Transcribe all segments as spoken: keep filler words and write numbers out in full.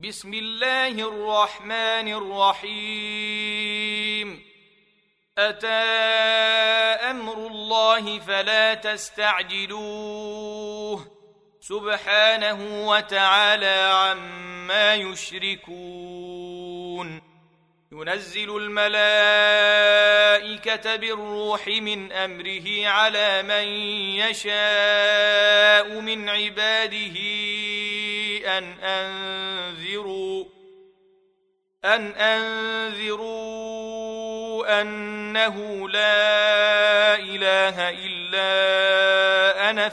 بسم الله الرحمن الرحيم. أتى أمر الله فلا تستعجلوه سبحانه وتعالى عما يشركون. ينزل الملائكة بالروح من أمره على من يشاء من عباده أن أنذروا أن أنذروا أنه لا إله إلا أنا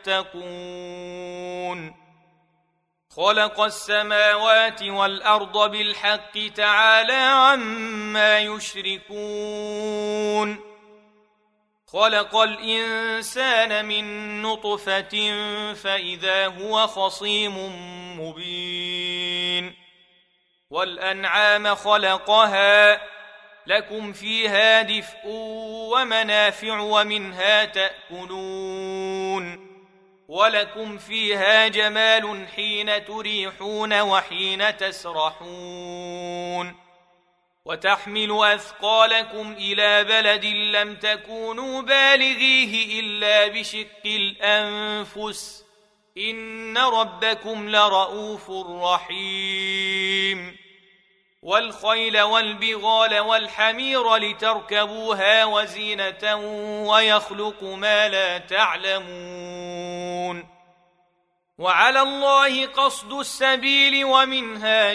فاتقون. خلق السماوات والأرض بالحق تعالى عما يشركون. خلق الإنسان من نطفة فإذا هو خصيم مبين. والأنعام خلقها لكم فيها دفء ومنافع ومنها تأكلون. ولكم فيها جمال حين تريحون وحين تسرحون. وتحمل أثقالكم إلى بلد لم تكونوا بالغيه إلا بشق الأنفس إن ربكم لرؤوف رحيم. والخيل والبغال والحمير لتركبوها وزينة ويخلق ما لا تعلمون. وعلى الله قصد السبيل ومنها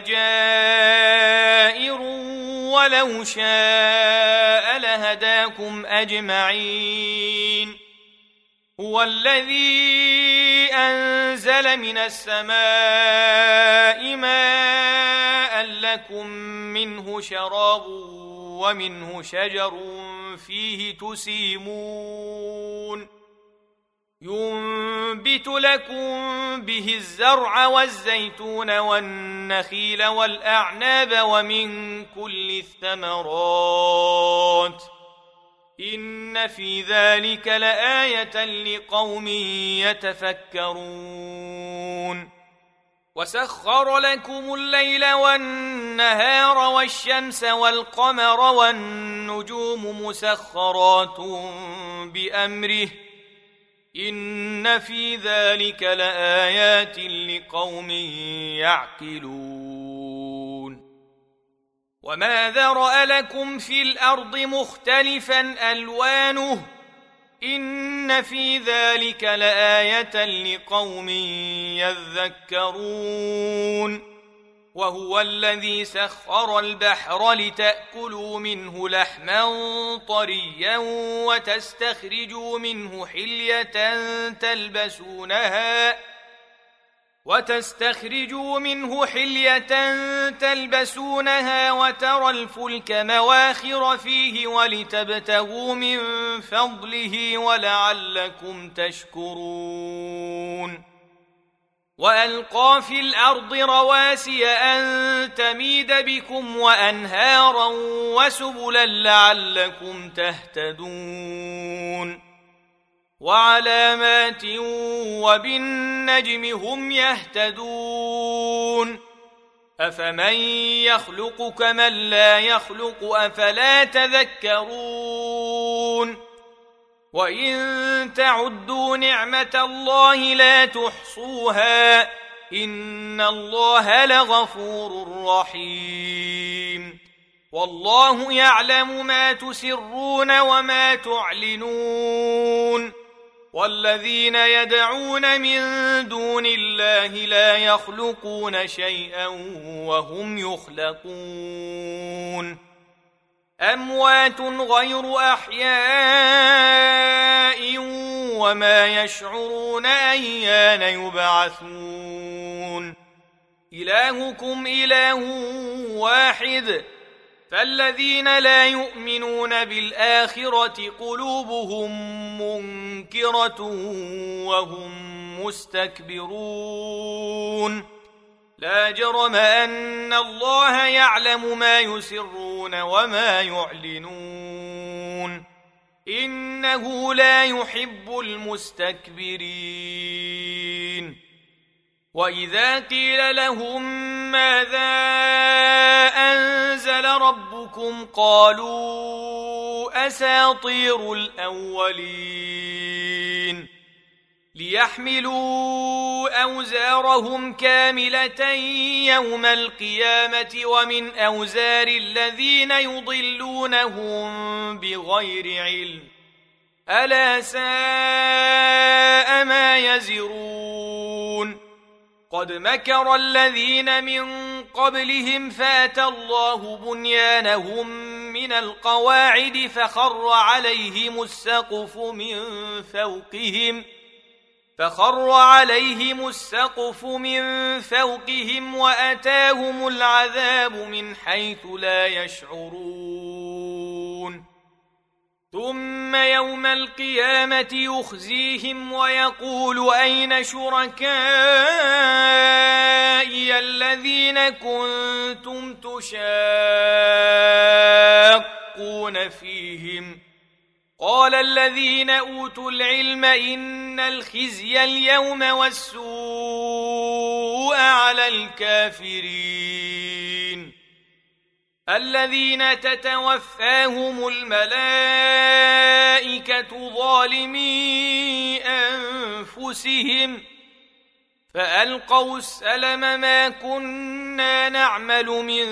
جائر ولو شاء لهداكم أجمعين. هو الذي أنزل من السماء ماء لكم منه شراب ومنه شجر فيه تسيمون. ينبت لكم به الزرع والزيتون والنخيل والأعناب ومن كل الثمرات إن في ذلك لآية لقوم يتفكرون. وسخر لكم الليل والنهار والشمس والقمر والنجوم مسخرات بأمره إن في ذلك لآيات لقوم يعقلون. وما ذرأ لكم في الأرض مختلفا ألوانه إن في ذلك لآية لقوم يذكرون. وهو الذي سخر البحر لتأكلوا منه لحما طريا وتستخرجوا منه حلية تلبسونها وتستخرجوا منه حلية تلبسونها وترى الفلك مواخر فيه ولتبتغوا من فضله ولعلكم تشكرون. وألقى في الأرض رواسي أن تميد بكم وأنهارا وسبلا لعلكم تهتدون. وعلامات وبالنجم هم يهتدون. أفمن يخلق كمن لا يخلق أفلا تذكرون. وإن تعدوا نعمة الله لا تحصوها إن الله لغفور رحيم. والله يعلم ما تسرون وما تعلنون. والذين يدعون من دون الله لا يخلقون شيئا وهم يخلقون. أموات غير أحياء وما يشعرون أيان يبعثون. إلهكم إله واحد فالذين لا يؤمنون بالآخرة قلوبهم منكرة وهم مستكبرون. لا جرم أن الله يعلم ما يسرون وما يعلنون إنه لا يحب المستكبرين. وإذا قيل لهم ماذا أنزل ربكم قالوا أساطير الأولين ليحملوا أوزارهم كاملة يوم القيامة ومن أوزار الذين يضلونهم بغير علم ألا ساء ما يزرون قد مكر الذين من قبلهم فأتى الله بنيانهم من القواعد فخر عليهم السقف من فوقهم فخر عليهم السقف من فوقهم وأتاهم العذاب من حيث لا يشعرون ثم يوم القيامة يخزيهم ويقول أين شركائي الذين كنتم تشاقون فيهم قال الذين أوتوا العلم إن الخزي اليوم والسوء على الكافرين الذين تتوفاهم الملائكة ظالمي أنفسهم فألقوا السلم ما كنا نعمل من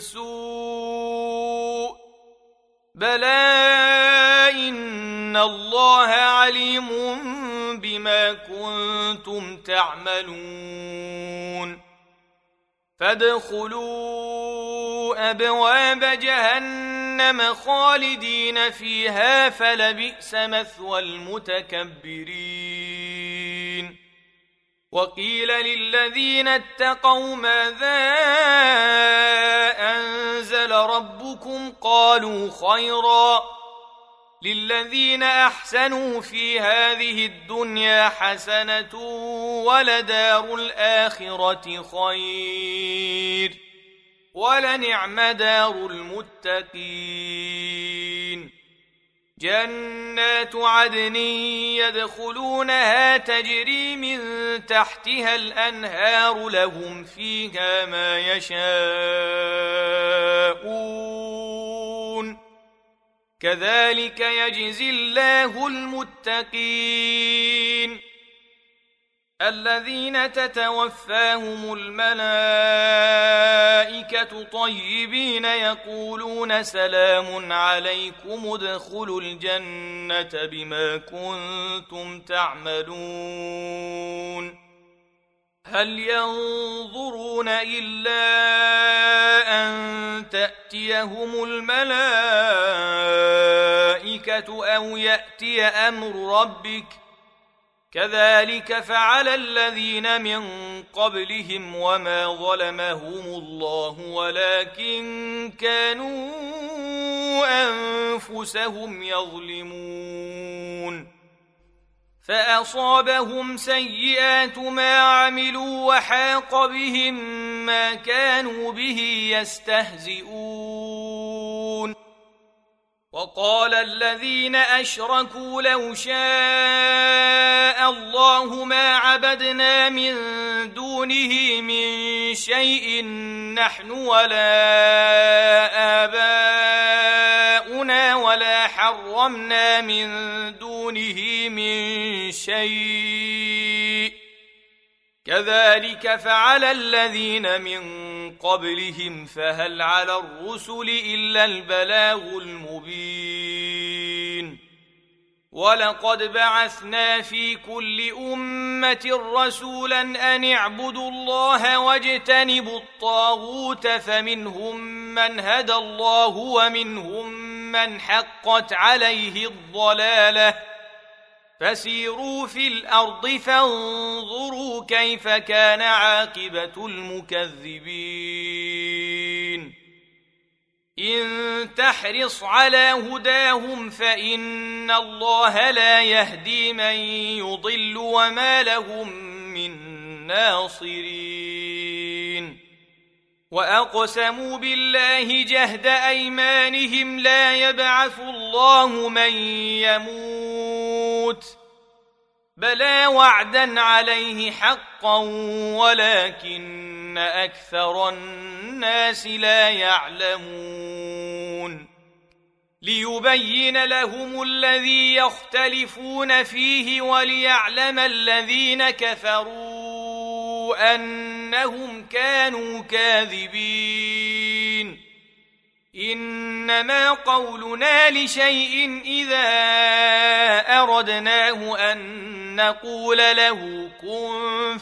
سوء بلى إن الله عليم بما كنتم تعملون فادخلوا أبواب جهنم خالدين فيها فلبئس مثوى المتكبرين وقيل للذين اتقوا ماذا أنزل ربكم قالوا خيرا للذين أحسنوا في هذه الدنيا حسنة ولدار الآخرة خير ولنعم دار المتقين جنات عدن يدخلونها تجري من تحتها الأنهار لهم فيها ما يشاءون كذلك يجزي الله المتقين الذين تتوفاهم الملائكة طيبين يقولون سلام عليكم ادخلوا الجنة بما كنتم تعملون هل ينظرون إلا أن تأتيهم الملائكة أو يأتي أمر ربك كذلك فعل الذين من قبلهم وما ظلمهم الله ولكن كانوا أنفسهم يظلمون فأصابهم سيئات ما عملوا وحاق بهم ما كانوا به يستهزئون وقال الذين أشركوا لو شاء الله ما عبدنا من دونه من شيء نحن ولا آباؤنا ولا حرمنا من دونه من شيء كذلك فعل الذين من قبلهم فهل على الرسل إلا البلاغ المبين ولقد بعثنا في كل أمة رسولا أن اعبدوا الله واجتنبوا الطاغوت فمنهم من هدى الله ومنهم من حقت عليه الضلالة فسيروا في الأرض فانظروا كيف كان عاقبة المكذبين إن تحرص على هداهم فإن الله لا يهدي من يضل وما لهم من ناصرين وأقسموا بالله جهد أيمانهم لا يبعث الله من يموت بلى وعدا عليه حقا ولكن أكثر الناس لا يعلمون ليبين لهم الذي يختلفون فيه وليعلم الذين كفروا أنهم كانوا كاذبين إنما قولنا لشيء إذا أردناه أن نقول له كن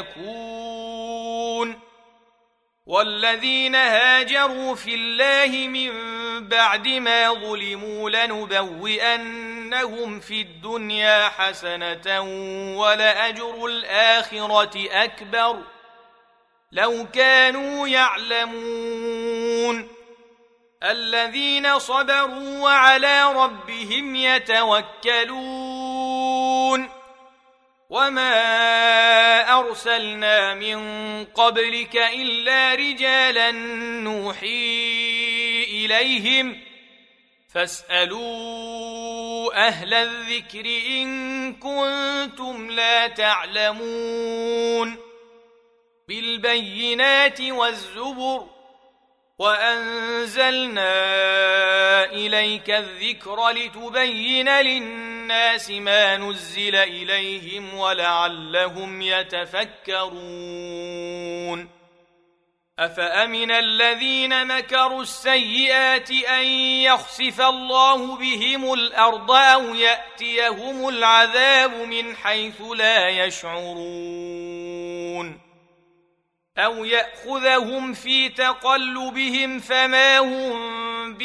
فيكون والذين هاجروا في الله من بعد ما ظلموا لنبوئنهم في الدنيا حسنة ولأجر الآخرة أكبر لو كانوا يعلمون الذين صبروا وعلى ربهم يتوكلون وما أرسلنا من قبلك إلا رجالا نوحي إليهم فاسألوا أهل الذكر إن كنتم لا تعلمون بالبينات والزبر وأنزلنا إليك الذكر لتبين للناس ما نزل إليهم ولعلهم يتفكرون أفأمن الذين مكروا السيئات أن يخسف الله بهم الأرض أو يأتيهم العذاب من حيث لا يشعرون أو يأخذهم في تقلبهم فما هم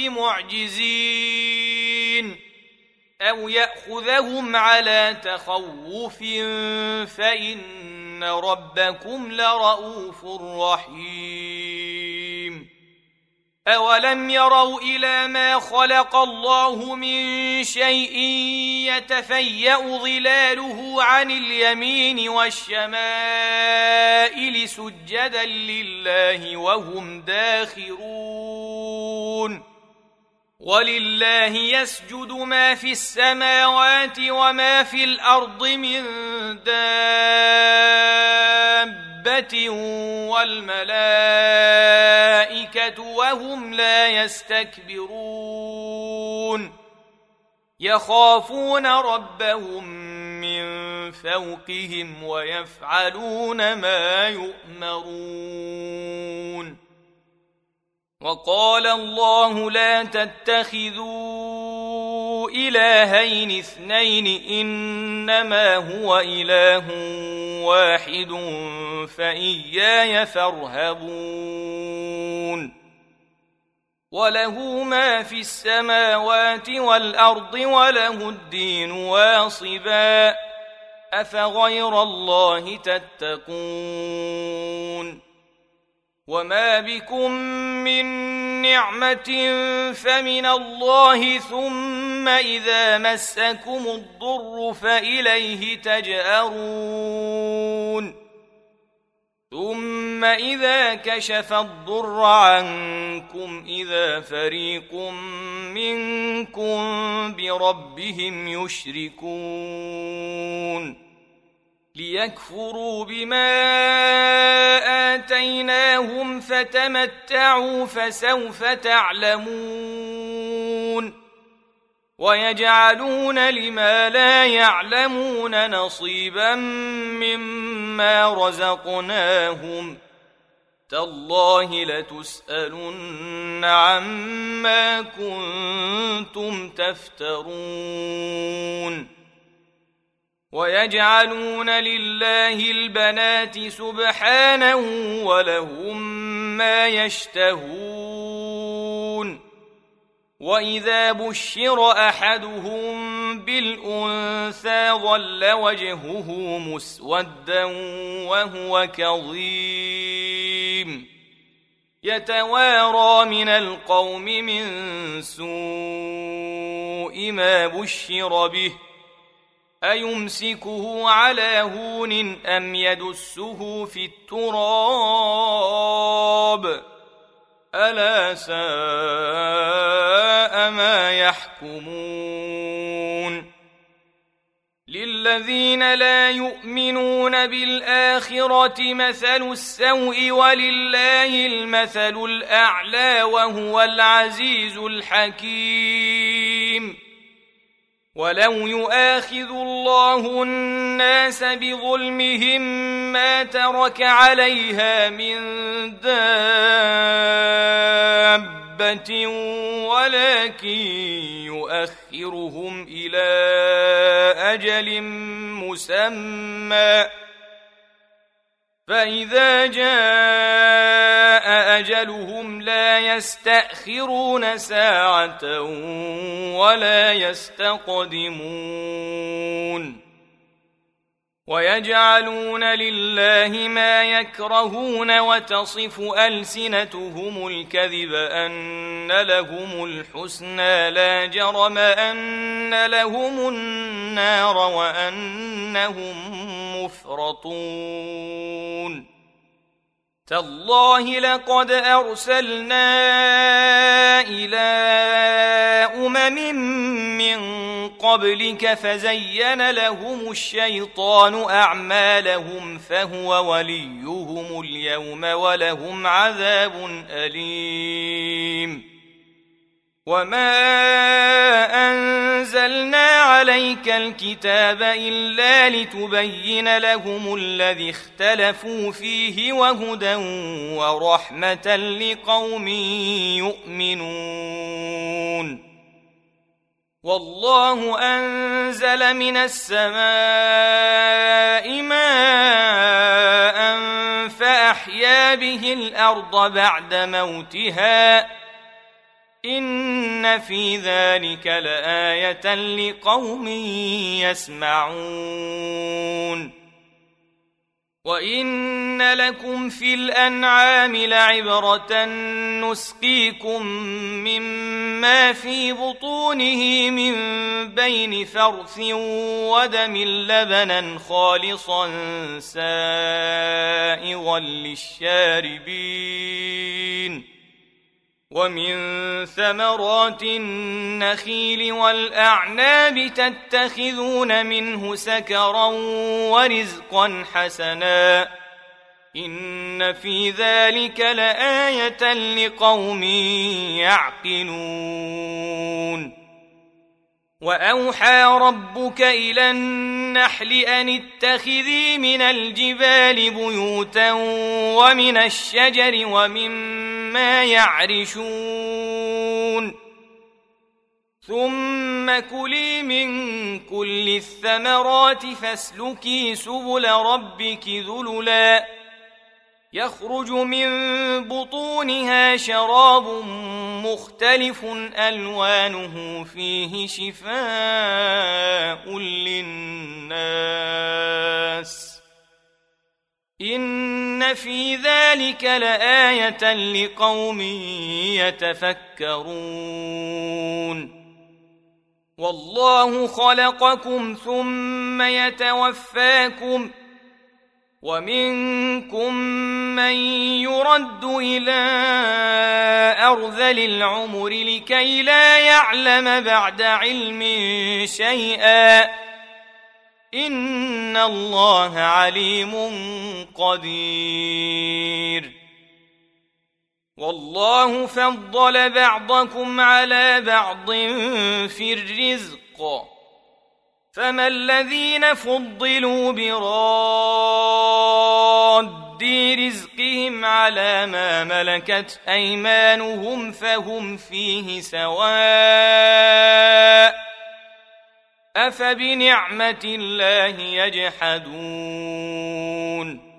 بمعجزين أو يأخذهم على تخوف فإن ربكم لرؤوف رحيم أولم يروا إلى ما خلق الله من شيء يتفيأ ظلاله عن اليمين والشمائل سجدا لله وهم داخرون ولله يسجد ما في السماوات وما في الأرض من دابة والملائكة وهم لا يستكبرون يخافون ربهم من فوقهم ويفعلون ما يؤمرون وقال الله لا تتخذوا إلهين اثنين إنما هو إله واحد فإياي فارهبون وله ما في السماوات والأرض وله الدين واصبا أفغير الله تتقون وما بكم من نعمة فمن الله ثم إذا مسكم الضر فإليه تجأرون ثم إذا كشف الضر عنكم إذا فريق منكم بربهم يشركون ليكفروا بما آتيناهم فتمتعوا فسوف تعلمون ويجعلون لما لا يعلمون نصيبا مما رزقناهم تالله لتسألن عما كنتم تفترون ويجعلون لله البنات سبحانه ولهم ما يشتهون وإذا بشر أحدهم بالأنثى ظل وجهه مسودا وهو كظيم يتوارى من القوم من سوء ما بشر به أيمسكه على هون أم يدسه في التراب ألا ساء ما يحكمون للذين لا يؤمنون بالآخرة مثل السوء ولله المثل الأعلى وهو العزيز الحكيم. ولو يؤاخذ الله الناس بظلمهم ما ترك عليها من دابة ولكن يؤخرهم إلى أجل مسمى فإذا جاء أجلهم لا يستأخرون ساعة ولا يستقدمون. ويجعلون لله ما يكرهون وتصف ألسنتهم الكذب أن لهم الحسنى لا جرم أن لهم النار وأنهم مفرطون. تالله لقد أرسلنا إلى أمم من قبلك فزين لهم الشيطان أعمالهم فهو وليهم اليوم ولهم عذاب أليم. وما أنزلنا عليك الكتاب إلا لتبين لهم الذي اختلفوا فيه وهدى ورحمة لقوم يؤمنون. والله أنزل من السماء ماء فأحيا به الأرض بعد موتها إن في ذلك لآية لقوم يسمعون. وإن لكم في الأنعام لعبرة نسقيكم مما في بطونه من بين فرث ودم لبنا خالصا سائغا للشاربين ومن ثمرات النخيل والأعناب تتخذون منه سكرا ورزقا حسنا إن في ذلك لآية لقوم يعقلون. وأوحى ربك إلى النحل أن اتخذي من الجبال بيوتا ومن الشجر ومما يعرشون ثم كلي من كل الثمرات فاسلكي سبل ربك ذللا يخرج من بطونها شراب مختلف ألوانه فيه شفاء للناس إن في ذلك لآية لقوم يتفكرون. والله خلقكم ثم يتوفاكم ومنكم من يرد إلى أرذل العمر لكي لا يعلم بعد علم شيئا إن الله عليم قدير. والله فضل بعضكم على بعض في الرزق فما الذين فضلوا براد رزقهم على ما ملكت أيمانهم فهم فيه سواء أفبنعمة الله يجحدون.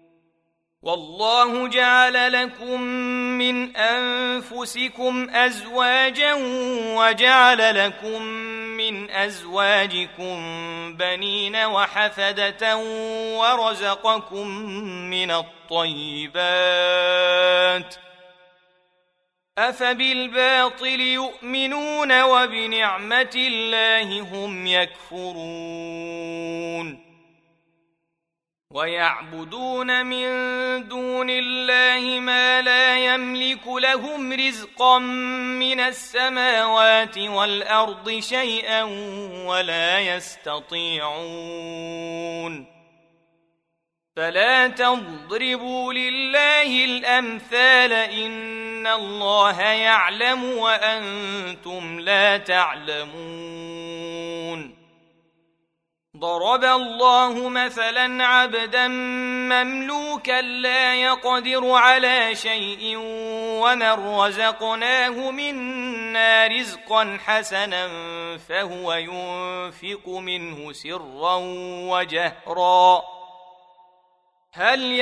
والله جعل لكم من أنفسكم أزواجا وجعل لكم من أزواجكم بنين وحفدة ورزقكم من الطيبات أفبالباطل يؤمنون وبنعمة الله هم يكفرون. ويعبدون من دون الله ما لا يملك لهم رزقا من السماوات والأرض شيئا ولا يستطيعون فلا تضربوا لله الأمثال إن الله يعلم وأنتم لا تعلمون ضرب الله مثلا عبدا مملوكا لا يقدر على شيء ومن رزقناه منا رزقا حسنا فهو ينفق منه سرا وجهرا هل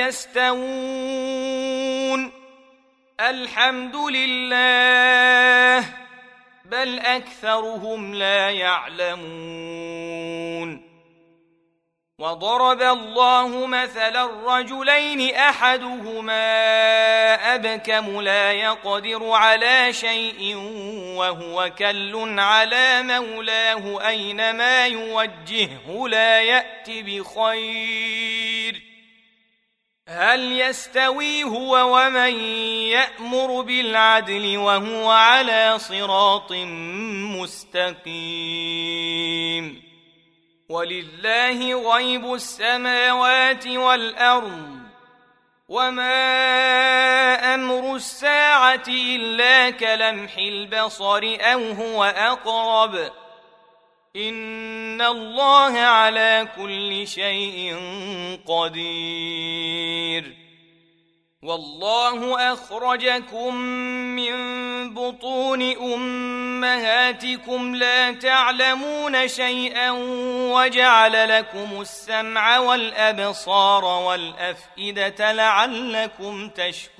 يستوون الحمد لله بل أكثرهم لا يعلمون وضرب الله مثلا الرجلين أحدهما أبكم لا يقدر على شيء وهو كل على مولاه أينما يوجهه لا يأت بخير هل يستوي هو ومن يأمر بالعدل وهو على صراط مستقيم ولله غيب السماوات والأرض وما أمر الساعة إلا كلمح البصر أو هو أقرب إن الله على كل شيء قدير والله أخرجكم من بطون أمهاتكم لا تعلمون شيئا وجعل لكم السمع والأبصار والأفئدة لعلكم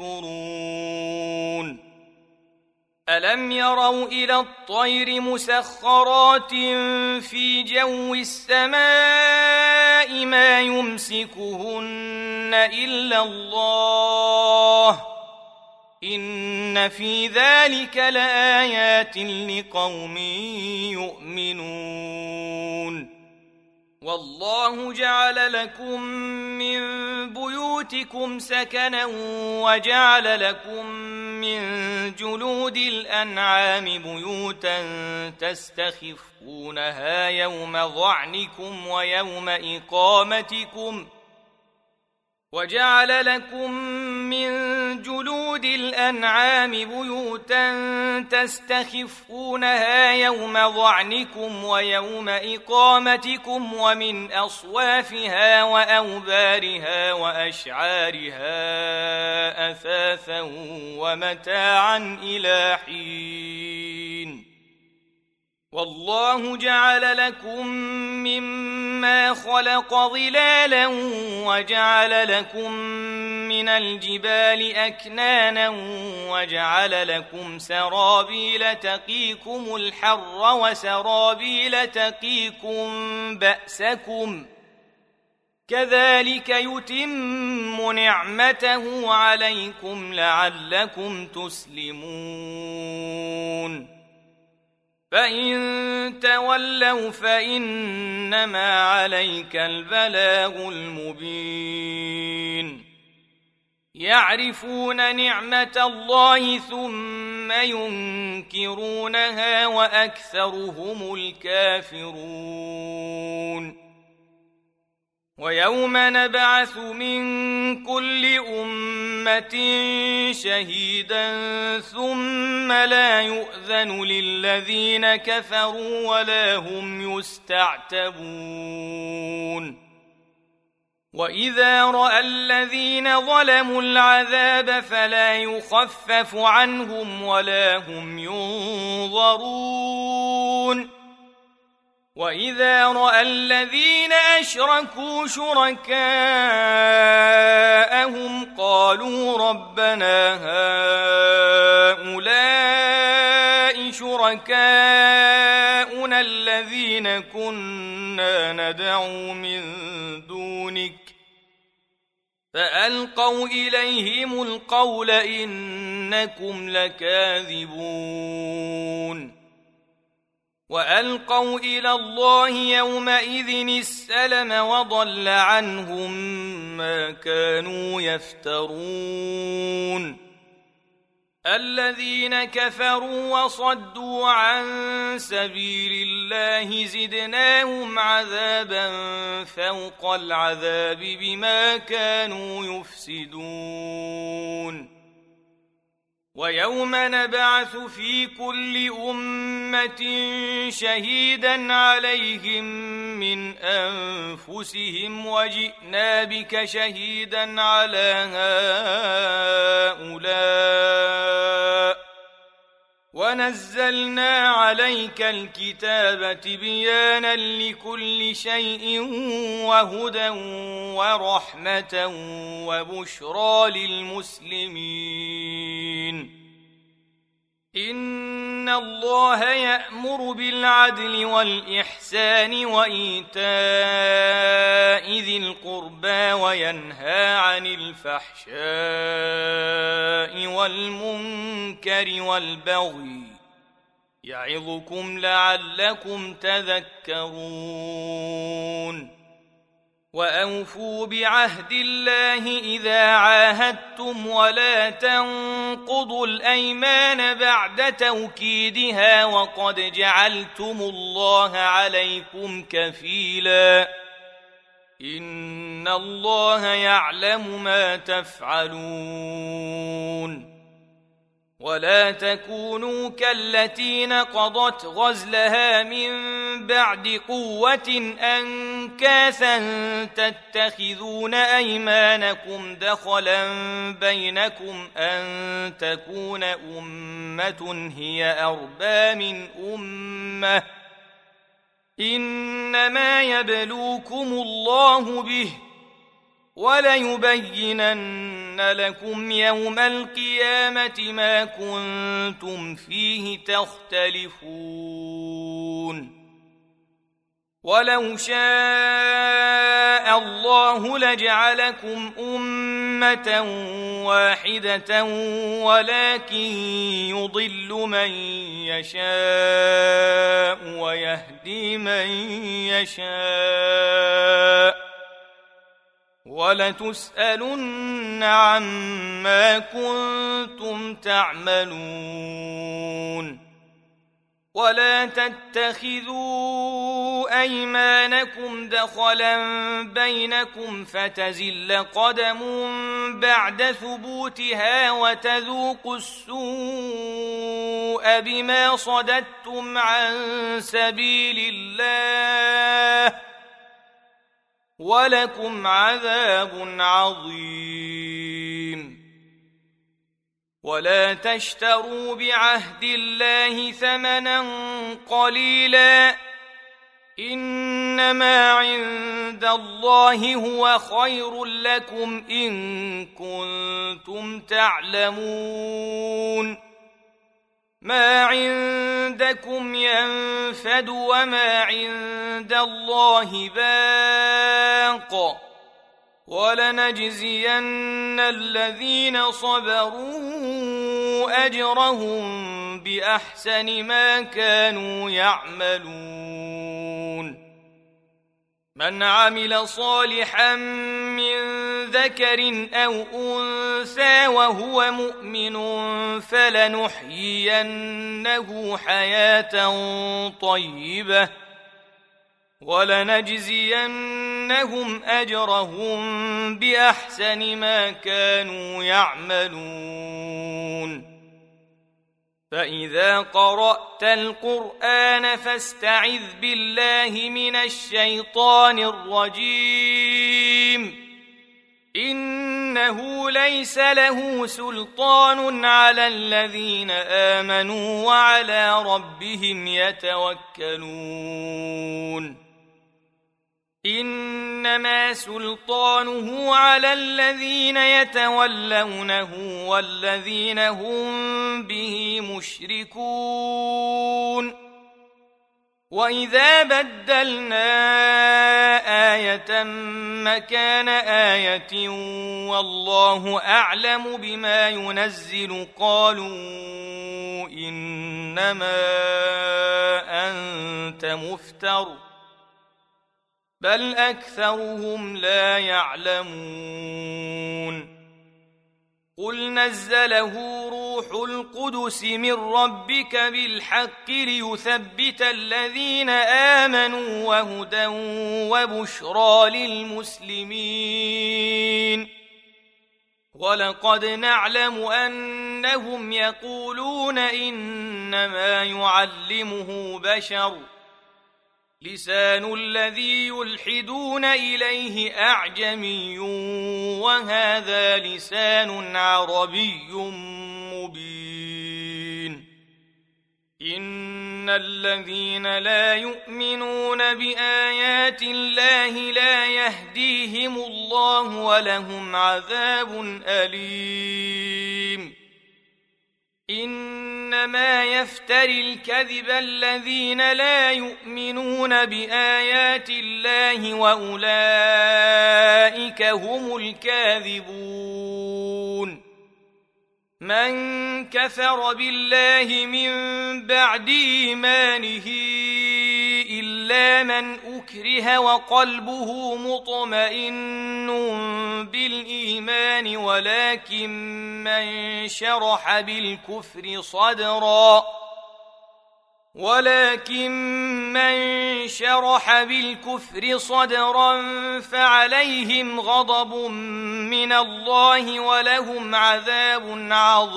تشكرون ألم يروا إلى الطير مسخرات في جو السماء ما يمسكهن إلا الله إن في ذلك لآيات لقوم يؤمنون والله جعل لكم من بيوتكم سكنا وجعل لكم من جلود الأنعام بيوتا تستخفونها يوم ظعنكم ويوم إقامتكم وجعل لكم من جلود الأنعام بيوتا تستخفونها يوم ظعنكم ويوم إقامتكم ومن أصوافها وأوبارها وأشعارها أثاثا ومتاعا إلى حين والله جعل لكم مما خلق ظلالا وجعل لكم من الجبال أكنانا وجعل لكم سرابيل تقيكم الحر وسرابيل تقيكم بأسكم كذلك يتم نعمته عليكم لعلكم تسلمون فإن تولوا فإنما عليك البلاغ المبين يعرفون نعمة الله ثم ينكرونها وأكثرهم الكافرون ويوم نبعث من كل أمة شهيدا ثم لا يؤذن للذين كفروا ولا هم يستعتبون وإذا رأى الذين ظلموا العذاب فلا يخفف عنهم ولا هم ينظرون وإذا رأى الذين أشركوا شركاءهم قالوا ربنا هؤلاء شركاؤنا الذين كنا ندعو من دونك فألقوا إليهم القول إنكم لكاذبون وألقوا إلى الله يومئذ السلم وضل عنهم ما كانوا يفترون الذين كفروا وصدوا عن سبيل الله زدناهم عذابا فوق العذاب بما كانوا يفسدون ويوم نبعث في كل أمة شهيدا عليهم من أنفسهم وجئنا بك شهيدا على هؤلاء ونزلنا عليك الكتاب تبيانا لكل شيء وهدى ورحمة وبشرى للمسلمين إن الله يأمر بالعدل والإحسان وإيتاء ذي القربى وينهى عن الفحشاء والمنكر والبغي يعظكم لعلكم تذكرون وأوفوا بعهد الله إذا عاهدتم ولا تنقضوا الأيمان بعد توكيدها وقد جعلتم الله عليكم كفيلا إن الله يعلم ما تفعلون ولا تكونوا كالتي نقضت غزلها من بعد قوة أنكاثا تتخذون أيمانكم دخلا بينكم أن تكون أمة هي أربى من أمة إنما يبلوكم الله به وليبينن لكم يوم القيامة ما كنتم فيه تختلفون ولو شاء الله لجعلكم أمة واحدة ولكن يضل من يشاء ويهدي من يشاء ولتسألن عما كنتم تعملون ولا تتخذوا أيمانكم دخلا بينكم فتزل قدم بعد ثبوتها وتذوقوا السوء بما صددتم عن سبيل الله ولكم عذاب عظيم ولا تشتروا بعهد الله ثمنا قليلا إنما عند الله هو خير لكم إن كنتم تعلمون ما عندكم ينفد وما عند الله باق ولنجزين الذين صبروا أجرهم بأحسن ما كانوا يعملون من عمل صالحا من ذكر أو أنثى وهو مؤمن فلنحيينه حياة طيبة ولنجزينهم أجرهم بأحسن ما كانوا يعملون فإذا قرأت القرآن فاستعذ بالله من الشيطان الرجيم إنه ليس له سلطان على الذين آمنوا وعلى ربهم يتوكلون إنما سلطانه على الذين يتولونه والذين هم به مشركون وإذا بدلنا آية مكان آية والله أعلم بما ينزل قالوا إنما أنت مفتر بل أكثرهم لا يعلمون قل نزله روح القدس من ربك بالحق ليثبت الذين آمنوا وهدى وبشرى للمسلمين ولقد نعلم أنهم يقولون إنما يعلمه بشر لسان الذي يلحدون إليه أعجمي وهذا لسان عربي مبين إن الذين لا يؤمنون بآيات الله لا يهديهم الله ولهم عذاب أليم إنما يفتري الكذب الذين لا يؤمنون بآيات الله وأولئك هم الكاذبون من كفر بالله من بعد إيمانه إلا من أكره وقلبه مطمئن بالإيمان ولكن من شرح بالكفر صدرا ولكن من شرح بالكفر صدرا فعليهم غضب من الله ولهم عذاب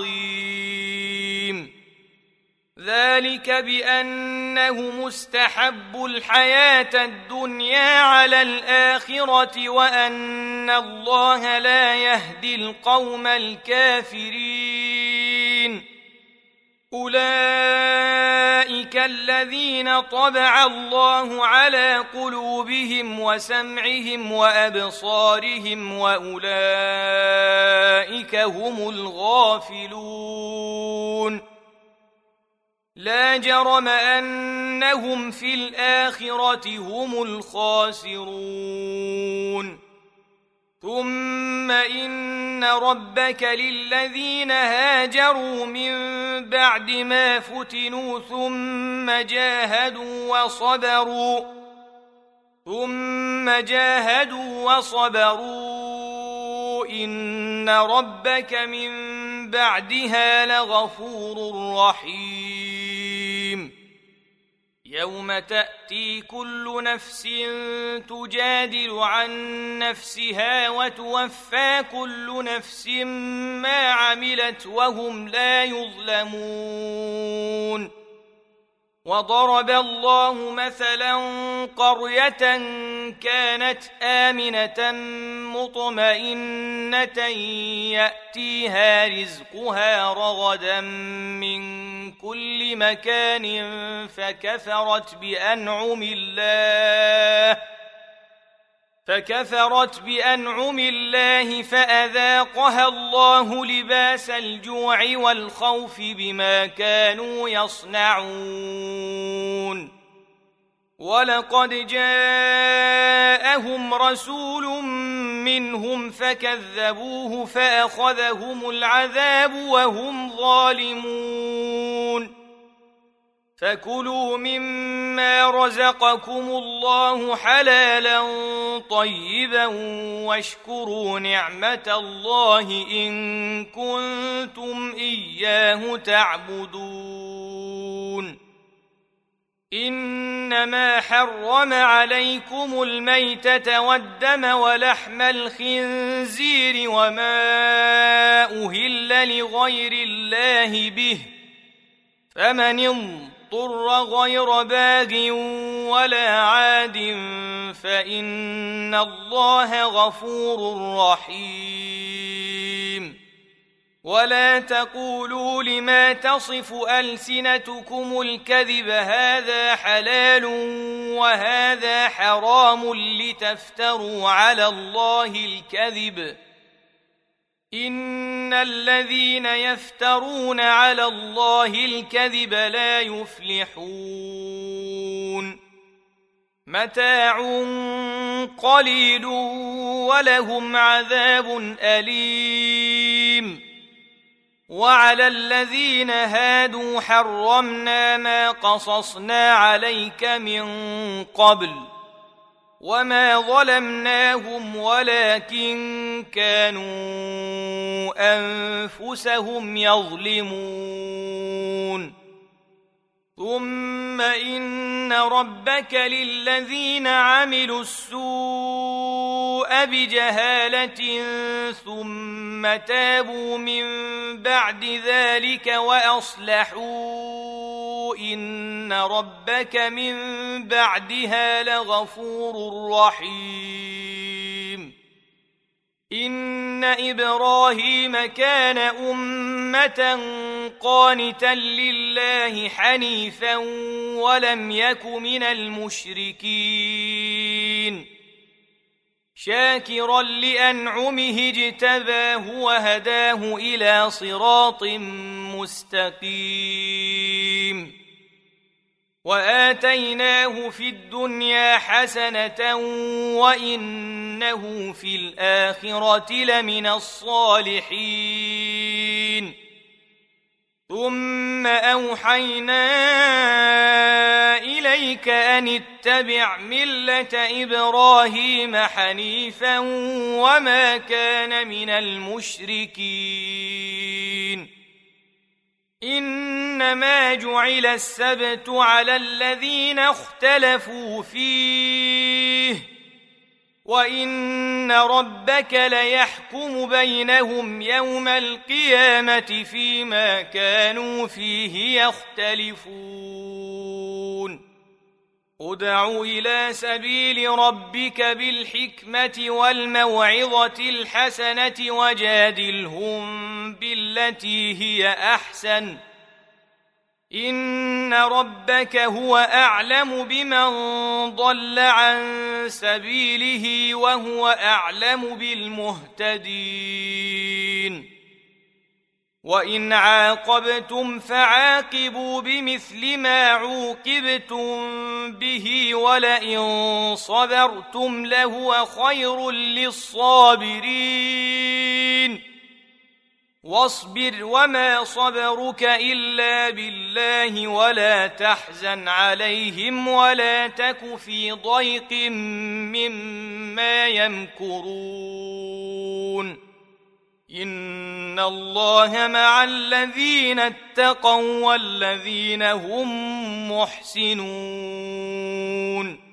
عظيم ذلك بأنه مستحب الحياة الدنيا على الآخرة وأن الله لا يهدي القوم الكافرين أولئك الذين طبع الله على قلوبهم وسمعهم وأبصارهم وأولئك هم الغافلون لا جرم أنهم في الآخرة هم الخاسرون ثم إن ربك للذين هاجروا من بعد ما فتنوا ثم جاهدوا وصبروا ثم جاهدوا وصبروا إن ربك من بعدها لغفور رحيم يوم تأتي كل نفس تجادل عن نفسها وتوفى كل نفس ما عملت وهم لا يظلمون وضرب الله مثلا قرية كانت آمنة مطمئنة يأتيها رزقها رغدا من كل مكان فكفرت بأنعم الله فكفرت بأنعم الله فأذاقها الله لباس الجوع والخوف بما كانوا يصنعون ولقد جاءهم رسول منهم فكذبوه فأخذهم العذاب وهم ظالمون فكلوا مما رزقكم الله حلالا طيبا واشكروا نعمة الله إن كنتم إياه تعبدون إنما حرم عليكم الميتة والدم ولحم الخنزير وما أهل لغير الله به فمن اضطر غير باغ ولا عاد فإن الله غفور رحيم ولا تقولوا لما تصف ألسنتكم الكذب هذا حلال وهذا حرام لتفتروا على الله الكذب إن الذين يفترون على الله الكذب لا يفلحون متاع قليل ولهم عذاب أليم وعلى الذين هادوا حرمنا ما قصصنا عليك من قبل وما ظلمناهم ولكن كانوا أنفسهم يظلمون ثم إن ربك للذين عملوا السوء بجهالة ثم تابوا من بعد ذلك وأصلحوا إن ربك من بعدها لغفور رحيم إن إبراهيم كان أمة قانتا لله حنيفا ولم يك من المشركين شاكرا لأنعمه اجتباه وهداه إلى صراط مستقيم وآتيناه في الدنيا حسنة وإنه في الآخرة لمن الصالحين ثم أوحينا إليك أن اتبع ملة إبراهيم حنيفا وما كان من المشركين إنما جعل السبت على الذين اختلفوا فيه وإن ربك ليحكم بينهم يوم القيامة فيما كانوا فيه يختلفون ادع إلى سبيل ربك بالحكمة والموعظة الحسنة وجادلهم بالتي هي أحسن إن ربك هو أعلم بمن ضل عن سبيله وهو أعلم بالمهتدين وإن عاقبتم فعاقبوا بمثل ما عوقبتم به ولئن صبرتم لهو خير للصابرين واصبر وما صبرك إلا بالله ولا تحزن عليهم ولا تك في ضيق مما يمكرون إن الله مع الذين اتقوا والذين هم محسنون